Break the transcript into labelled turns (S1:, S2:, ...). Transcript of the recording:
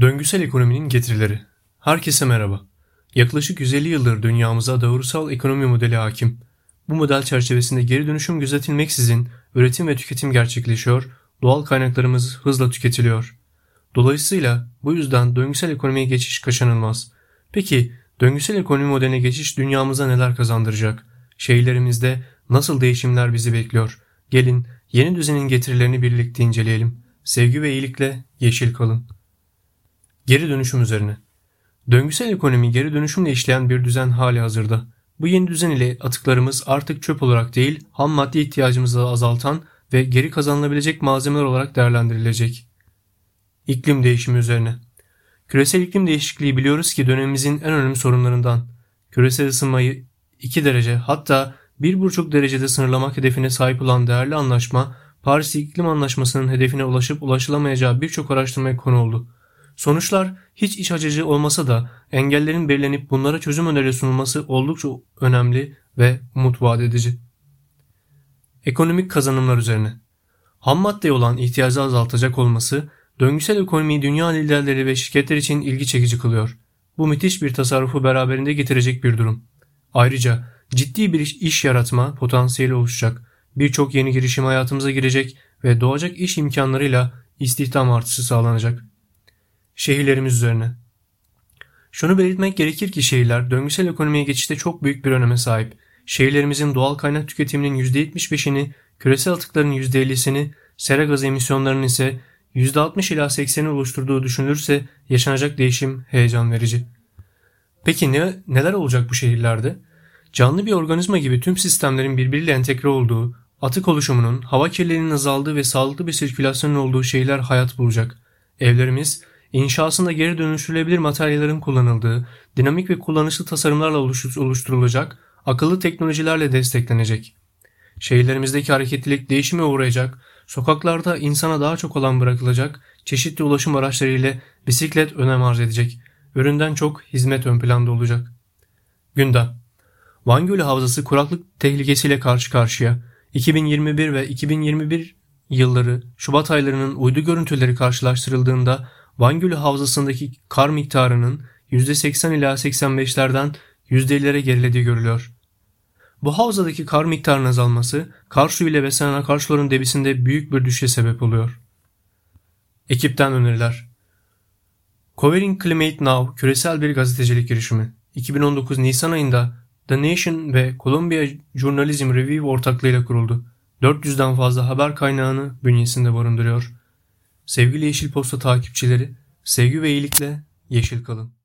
S1: Döngüsel ekonominin getirileri. Herkese merhaba. Yaklaşık 150 yıldır dünyamıza doğrusal ekonomi modeli hakim. Bu model çerçevesinde geri dönüşüm gözetilmeksizin üretim ve tüketim gerçekleşiyor, doğal kaynaklarımız hızla tüketiliyor. Dolayısıyla bu yüzden döngüsel ekonomiye geçiş kaçınılmaz. Peki döngüsel ekonomi modeline geçiş dünyamıza neler kazandıracak? Şehirlerimizde nasıl değişimler bizi bekliyor? Gelin yeni düzenin getirilerini birlikte inceleyelim. Sevgi ve iyilikle yeşil kalın. Geri dönüşüm üzerine. Döngüsel ekonomi geri dönüşümle işleyen bir düzen hali hazırda. Bu yeni düzen ile atıklarımız artık çöp olarak değil, ham madde ihtiyacımızı azaltan ve geri kazanılabilecek malzemeler olarak değerlendirilecek. İklim değişimi üzerine. Küresel iklim değişikliği biliyoruz ki dönemimizin en önemli sorunlarından. Küresel ısınmayı 2 derece hatta 1,5 derecede sınırlamak hedefine sahip olan değerli anlaşma, Paris İklim Anlaşması'nın hedefine ulaşıp ulaşılamayacağı birçok araştırmaya konu oldu. Sonuçlar hiç iç açıcı olmasa da engellerin belirlenip bunlara çözüm önerileri sunulması oldukça önemli ve umut vaat edici. Ekonomik kazanımlar üzerine. Ham maddeye olan ihtiyacı azaltacak olması, döngüsel ekonomiyi dünya liderleri ve şirketler için ilgi çekici kılıyor. Bu müthiş bir tasarrufu beraberinde getirecek bir durum. Ayrıca ciddi bir iş yaratma potansiyeli oluşacak, birçok yeni girişim hayatımıza girecek ve doğacak iş imkanlarıyla istihdam artışı sağlanacak. Şehirlerimiz üzerine. Şunu belirtmek gerekir ki şehirler döngüsel ekonomiye geçişte çok büyük bir öneme sahip. Şehirlerimizin doğal kaynak tüketiminin %75'ini, küresel atıkların %50'sini, sera gazı emisyonlarının ise %60 ila 80'i oluşturduğu düşünülürse yaşanacak değişim heyecan verici. Peki neler olacak bu şehirlerde? Canlı bir organizma gibi tüm sistemlerin birbiriyle entegre olduğu, atık oluşumunun, hava kirliliğinin azaldığı ve sağlıklı bir sirkülasyonun olduğu şehirler hayat bulacak. Evlerimiz, İnşasında geri dönüştürülebilir materyallerin kullanıldığı, dinamik ve kullanışlı tasarımlarla oluşturulacak, akıllı teknolojilerle desteklenecek. Şehirlerimizdeki hareketlilik değişime uğrayacak, sokaklarda insana daha çok alan bırakılacak, çeşitli ulaşım araçları ile bisiklet önem arz edecek. Üründen çok hizmet ön planda olacak. Gündem. Van Gölü Havzası kuraklık tehlikesiyle karşı karşıya. 2021 ve 2021 yılları Şubat aylarının uydu görüntüleri karşılaştırıldığında Van Gölü Havzası'ndaki kar miktarının %80 ila 85'lerden %50'lere gerilediği görülüyor. Bu havzadaki kar miktarının azalması, kar suyu ile beslenen akarsuların debisinde büyük bir düşüşe sebep oluyor. Ekipten öneriler. Covering Climate Now küresel bir gazetecilik girişimi. 2019 Nisan ayında The Nation ve Columbia Journalism Review ortaklığıyla kuruldu. 400'den fazla haber kaynağını bünyesinde barındırıyor. Sevgili Yeşil Posta takipçileri, sevgi ve iyilikle yeşil kalın.